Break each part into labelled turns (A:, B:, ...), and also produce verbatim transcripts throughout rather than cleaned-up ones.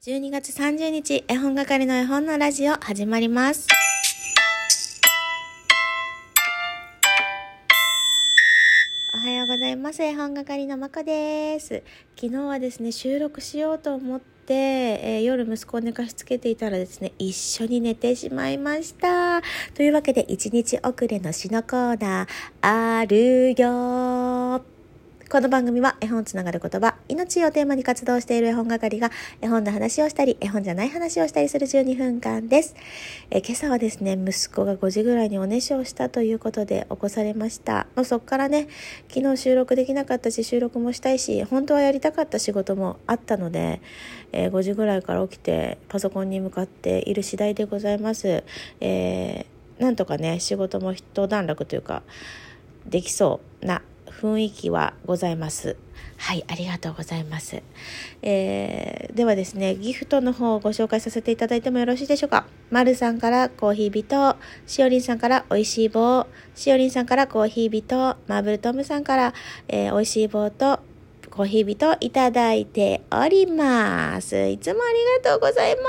A: じゅうにがつさんじゅうにち、絵本係の絵本のラジオ始まります。おはようございます。絵本係のまこです。昨日はですね、収録しようと思って、えー、夜息子を寝かしつけていたらですね、一緒に寝てしまいました。というわけで、いちにち遅れの詩のコーナー、あるよ。この番組は絵本つながる言葉、命をテーマに活動している絵本係が絵本の話をしたり、絵本じゃない話をしたりするじゅうにふんかんです。え今朝はですね、息子がごじぐらいにおねしょをしたということで起こされました。もうそっからね、昨日収録できなかったし、収録もしたいし、本当はやりたかった仕事もあったので、えー、ごじぐらいから起きてパソコンに向かっている次第でございます。えー、なんとかね、仕事も一段落というか、できそうな雰囲気はございます。はい、ありがとうございます。えー、ではですね、ギフトの方をご紹介させていただいてもよろしいでしょうか。まるさんからコーヒー人、しおりんさんからおいしい棒、しおりんさんからコーヒー人、マーブルトムさんから、えー、おいしい棒とコーヒー人いただいております。いつもありがとうございます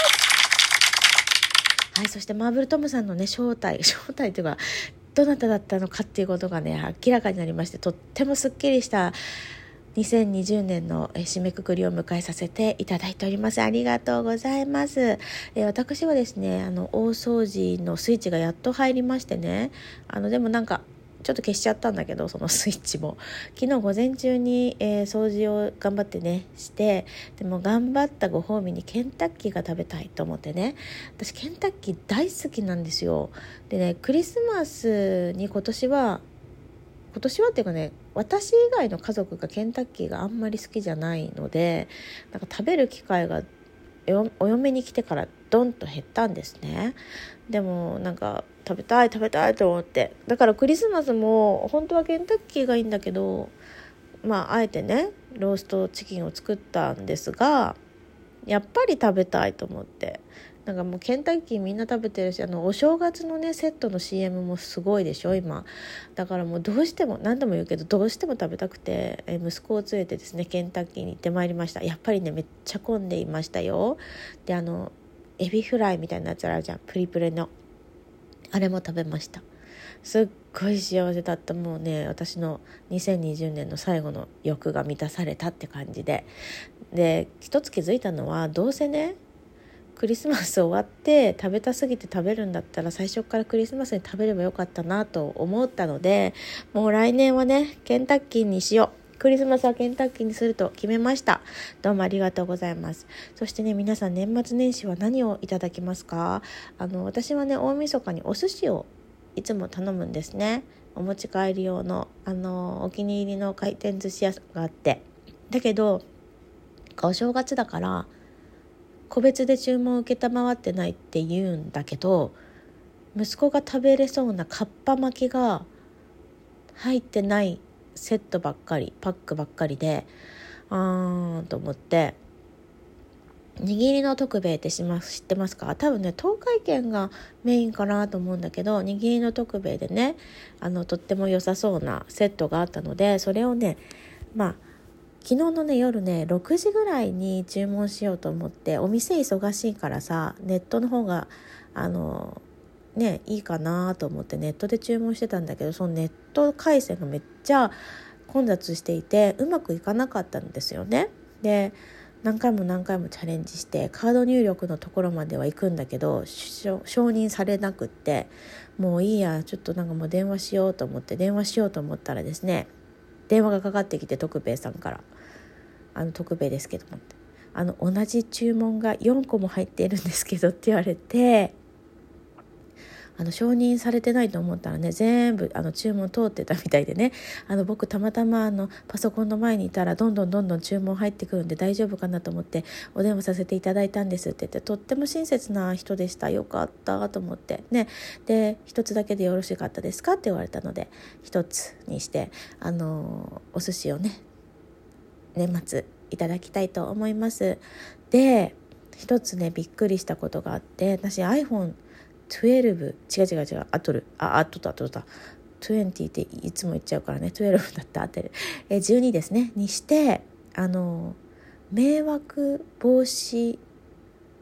A: 。はい、そしてマーブルトムさんのね、正体、正体というか、どなただったのかっていうことがね明らかになりまして、とってもすっきりしたにせんにじゅうねんの締めくくりを迎えさせていただいております。ありがとうございます。え私はですね、あの大掃除のスイッチがやっと入りましてね、あのでもなんかちょっと消しちゃったんだけど、そのスイッチも昨日午前中に、えー、掃除を頑張ってねして、でも頑張ったご褒美にケンタッキーが食べたいと思ってね、私ケンタッキー大好きなんですよ。でね、クリスマスに今年は今年はっていうかね、私以外の家族がケンタッキーがあんまり好きじゃないので、なんか食べる機会がお嫁に来てからドンと減ったんですね。でもなんか食べたい食べたいと思って、だからクリスマスも本当はケンタッキーがいいんだけど、まああえてねローストチキンを作ったんですが、やっぱり食べたいと思って、なんかもうケンタッキーみんな食べてるし、あのお正月のねセットの シーエム もすごいでしょ今。だからもうどうしても何度も言うけどどうしても食べたくて、え息子を連れてですねケンタッキーに行ってまいりました。やっぱりねめっちゃ混んでいましたよ。で、あのエビフライみたいなやつあるじゃん、プリプリの、あれも食べました。すっごい幸せだった。もうね、私のにせんにじゅうねんの最後の欲が満たされたって感じで、で一つ気づいたのは、どうせねクリスマス終わって食べたすぎて食べるんだったら最初からクリスマスに食べればよかったなと思ったので、もう来年はねケンタッキーにしよう、クリスマスはケンタッキーにすると決めました。どうもありがとうございます。そしてね、皆さん年末年始は何をいただきますか？あの私はね大晦日にお寿司をいつも頼むんですね。お持ち帰り用のあのお気に入りの回転寿司屋があって、だけどお正月だから個別で注文を受けたまわってないって言うんだけど、息子が食べれそうなかっぱ巻きが入ってないセットばっかり、パックばっかりで、あーんと思って、握りの徳兵衛って知ってますか？多分ね東海軒がメインかなと思うんだけど、握りの徳兵衛でね、あのとっても良さそうなセットがあったので、それをねまあ昨日のね夜ねろくじぐらいに注文しようと思って、お店忙しいからさネットの方があのねいいかなと思ってネットで注文してたんだけど、そのネット回線がめっちゃ混雑していてうまくいかなかったんですよね。で何回も何回もチャレンジしてカード入力のところまでは行くんだけど承認されなくって、もういいやちょっとなんかもう電話しようと思って電話しようと思ったらですね、電話がかかってきて、徳兵衛さんから、あの徳兵衛ですけども、あの同じ注文がよんこも入っているんですけどって言われて、あの承認されてないと思ったらね、全部あの注文通ってたみたいでね、あの僕たまたまあのパソコンの前にいたらどんどんどんどん注文入ってくるんで大丈夫かなと思ってお電話させていただいたんですって言って、とっても親切な人でした。よかったと思ってね。で一つだけでよろしかったですかって言われたので一つにして、あのお寿司をね年末いただきたいと思います。で一つねびっくりしたことがあって、私 アイフォンじゅうに、違う違う違うアトルあアトだアトだにじゅうっていつも言っちゃうからね、じゅうにだった合ってる、えじゅうにですねにして、あの迷惑防止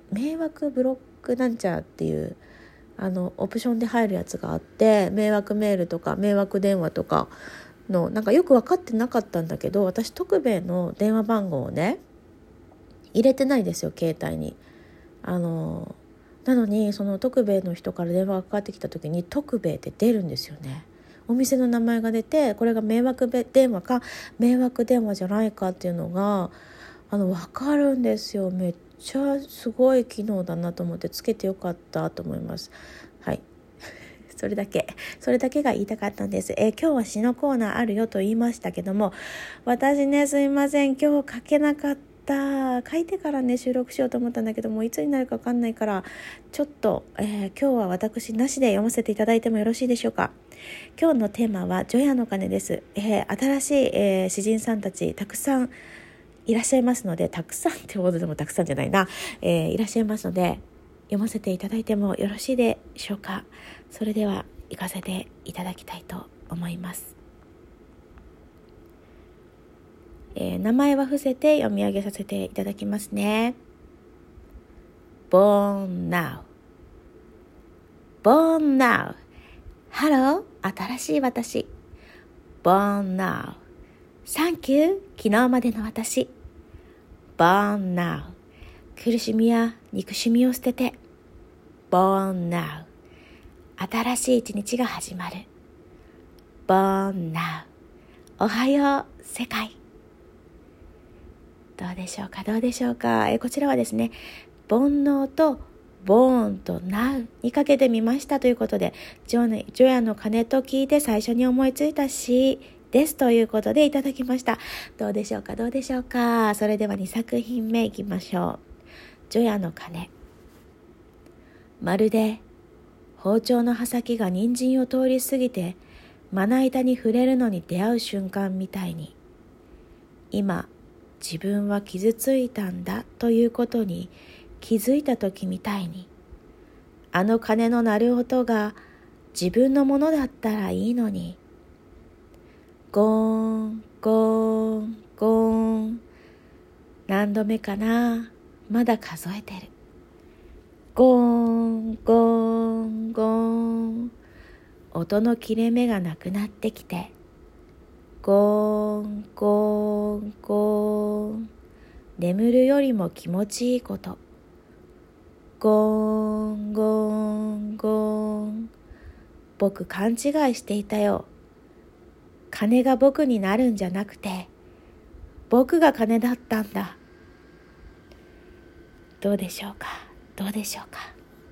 A: 迷惑ブロックなんちゃっていうあのオプションで入るやつがあって、迷惑メールとか迷惑電話とかのなんかよく分かってなかったんだけど、私徳兵衛の電話番号をね入れてないですよ、携帯に。あのなのにその徳兵衛の人から電話がかかってきた時に徳兵衛って出るんですよね。お店の名前が出て、これが迷惑電話か迷惑電話じゃないかっていうのがあの分かるんですよ。めっちゃすごい機能だなと思ってつけてよかったと思います。はいそれだけそれだけが言いたかったんです。えー、今日は詩のコーナーあるよと言いましたけども、私ねすいません、今日書けなかった。書いてからね収録しようと思ったんだけども、いつになるか分かんないからちょっと、えー、今日は私なしで読ませていただいてもよろしいでしょうか。今日のテーマは除夜の鐘です。えー、新しい、えー、詩人さんたちたくさんいらっしゃいますので、たくさんってほどでもたくさんじゃないな、えー、いらっしゃいますので読ませていただいてもよろしいでしょうか。それでは行かせていただきたいと思います。えー、名前は伏せて読み上げさせていただきますね。 Born now Born now Hello 新しい私 Born now Thank you 昨日までの私 Born now 苦しみや憎しみを捨てて Born now 新しい一日が始まる Born now おはよう世界。どうでしょうかどうでしょうか。えこちらはですね、煩悩とボーンとナウにかけてみましたということで、除夜の鐘と聞いて最初に思いついた詩ですということでいただきました。どうでしょうかどうでしょうか。それではにさく品目いきましょう。除夜の鐘。まるで包丁の刃先が人参を通り過ぎてまな板に触れるのに出会う瞬間みたいに、今自分は傷ついたんだということに気づいた時みたいに、あの鐘の鳴る音が自分のものだったらいいのに。ゴーンゴーンゴーン、何度目かな、まだ数えてる。ゴーンゴーンゴーン、音の切れ目がなくなってきて、ゴーンゴーンゴーン、眠るよりも気持ちいいこと。ゴーンゴーンゴーン、僕勘違いしていたよ。鐘が僕になるんじゃなくて僕が鐘だったんだ。どうでしょうかどうでしょうか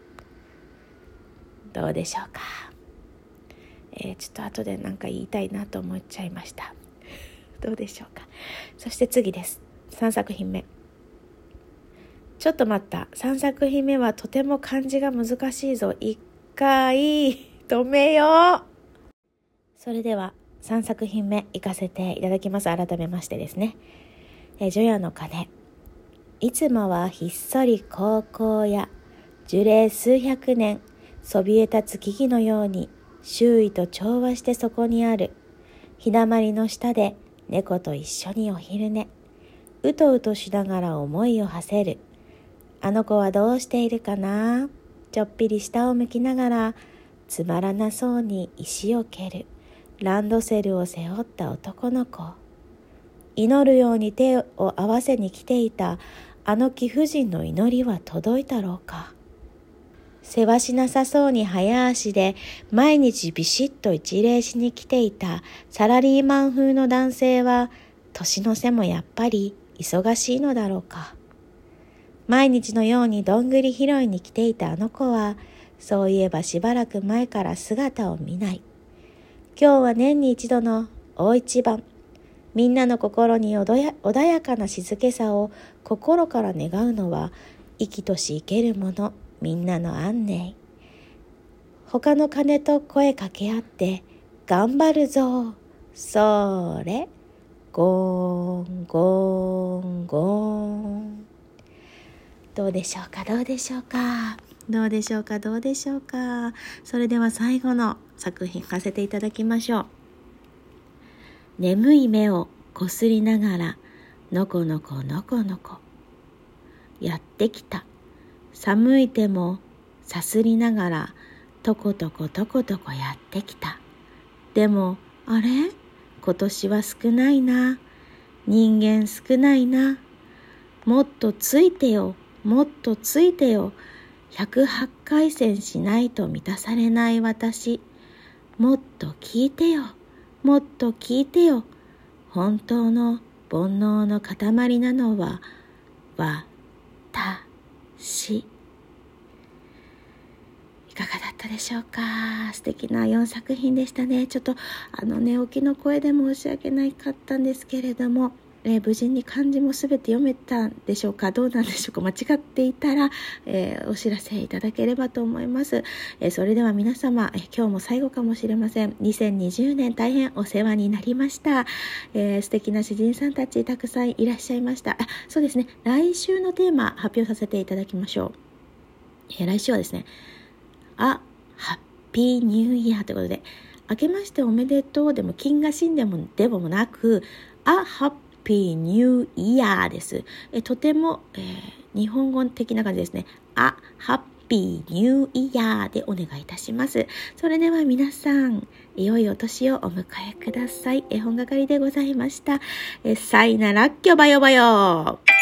A: どうでしょうか。えー、ちょっと後で何か言いたいなと思っちゃいました。どうでしょうか。そして次です。さんさく品目。ちょっと待った。さんさく品目はとても漢字が難しいぞ。一回止めよう。それではさんさく品目いかせていただきます。改めましてですね。えー、除夜の鐘。いつもはひっそり高校や樹齢数百年そびえ立つ木々のように周囲と調和してそこにある。日だまりの下で猫と一緒にお昼寝。うとうとしながら思いを馳せる。あの子はどうしているかな。ちょっぴり下を向きながらつまらなそうに石を蹴るランドセルを背負った男の子。祈るように手を合わせに来ていたあの貴婦人の祈りは届いたろうか。せわしなさそうに早足で毎日ビシッと一礼しに来ていたサラリーマン風の男性は年の瀬もやっぱり忙しいのだろうか。毎日のようにどんぐり拾いに来ていたあの子はそういえばしばらく前から姿を見ない。今日は年に一度の大一番。みんなの心に穏や、穏やかな静けさを心から願うのは生きとし生けるもの、みんなの安寧。他の鐘と声かけ合って頑張るぞ。それゴーンゴーンゴーン。どうでしょうかどうでしょうかどうでしょうかどうでしょうか。それでは最後の作品させていただきましょう。眠い目をこすりながらのこのこのこのこやってきた寒い手もさすりながらとことことことこやってきた。でもあれ、今年は少ないな、人間少ないな、もっとついてよ、もっとついてよ、ひゃくはちかい戦しないと満たされない私、もっと聞いてよ、もっと聞いてよ、本当の煩悩の塊なのは私。いかがだったでしょうか。素敵なよんさく品でしたね。ちょっとあの寝起きの声で申し訳なかったんですけれども、えー、無事に漢字もすべて読めたんでしょうか。どうなんでしょうか。間違っていたら、えー、お知らせいただければと思います。えー、それでは皆様、えー、今日も最後かもしれません。にせんにじゅうねん大変お世話になりました。えー、素敵な詩人さんたちたくさんいらっしゃいました。あ、そうですね。来週のテーマ発表させていただきましょう。えー、来週はですね、あ、ハッピーニューイヤーということで、明けましておめでとうでも金河神でもでもなく、あ、ハッピーニューイヤーです。えとても、えー、日本語的な感じですね。あ、ハッピーニューイヤーでお願いいたします。それでは皆さん、良いお年をお迎えください。絵本係でございました。えさいならっきょばよばよ。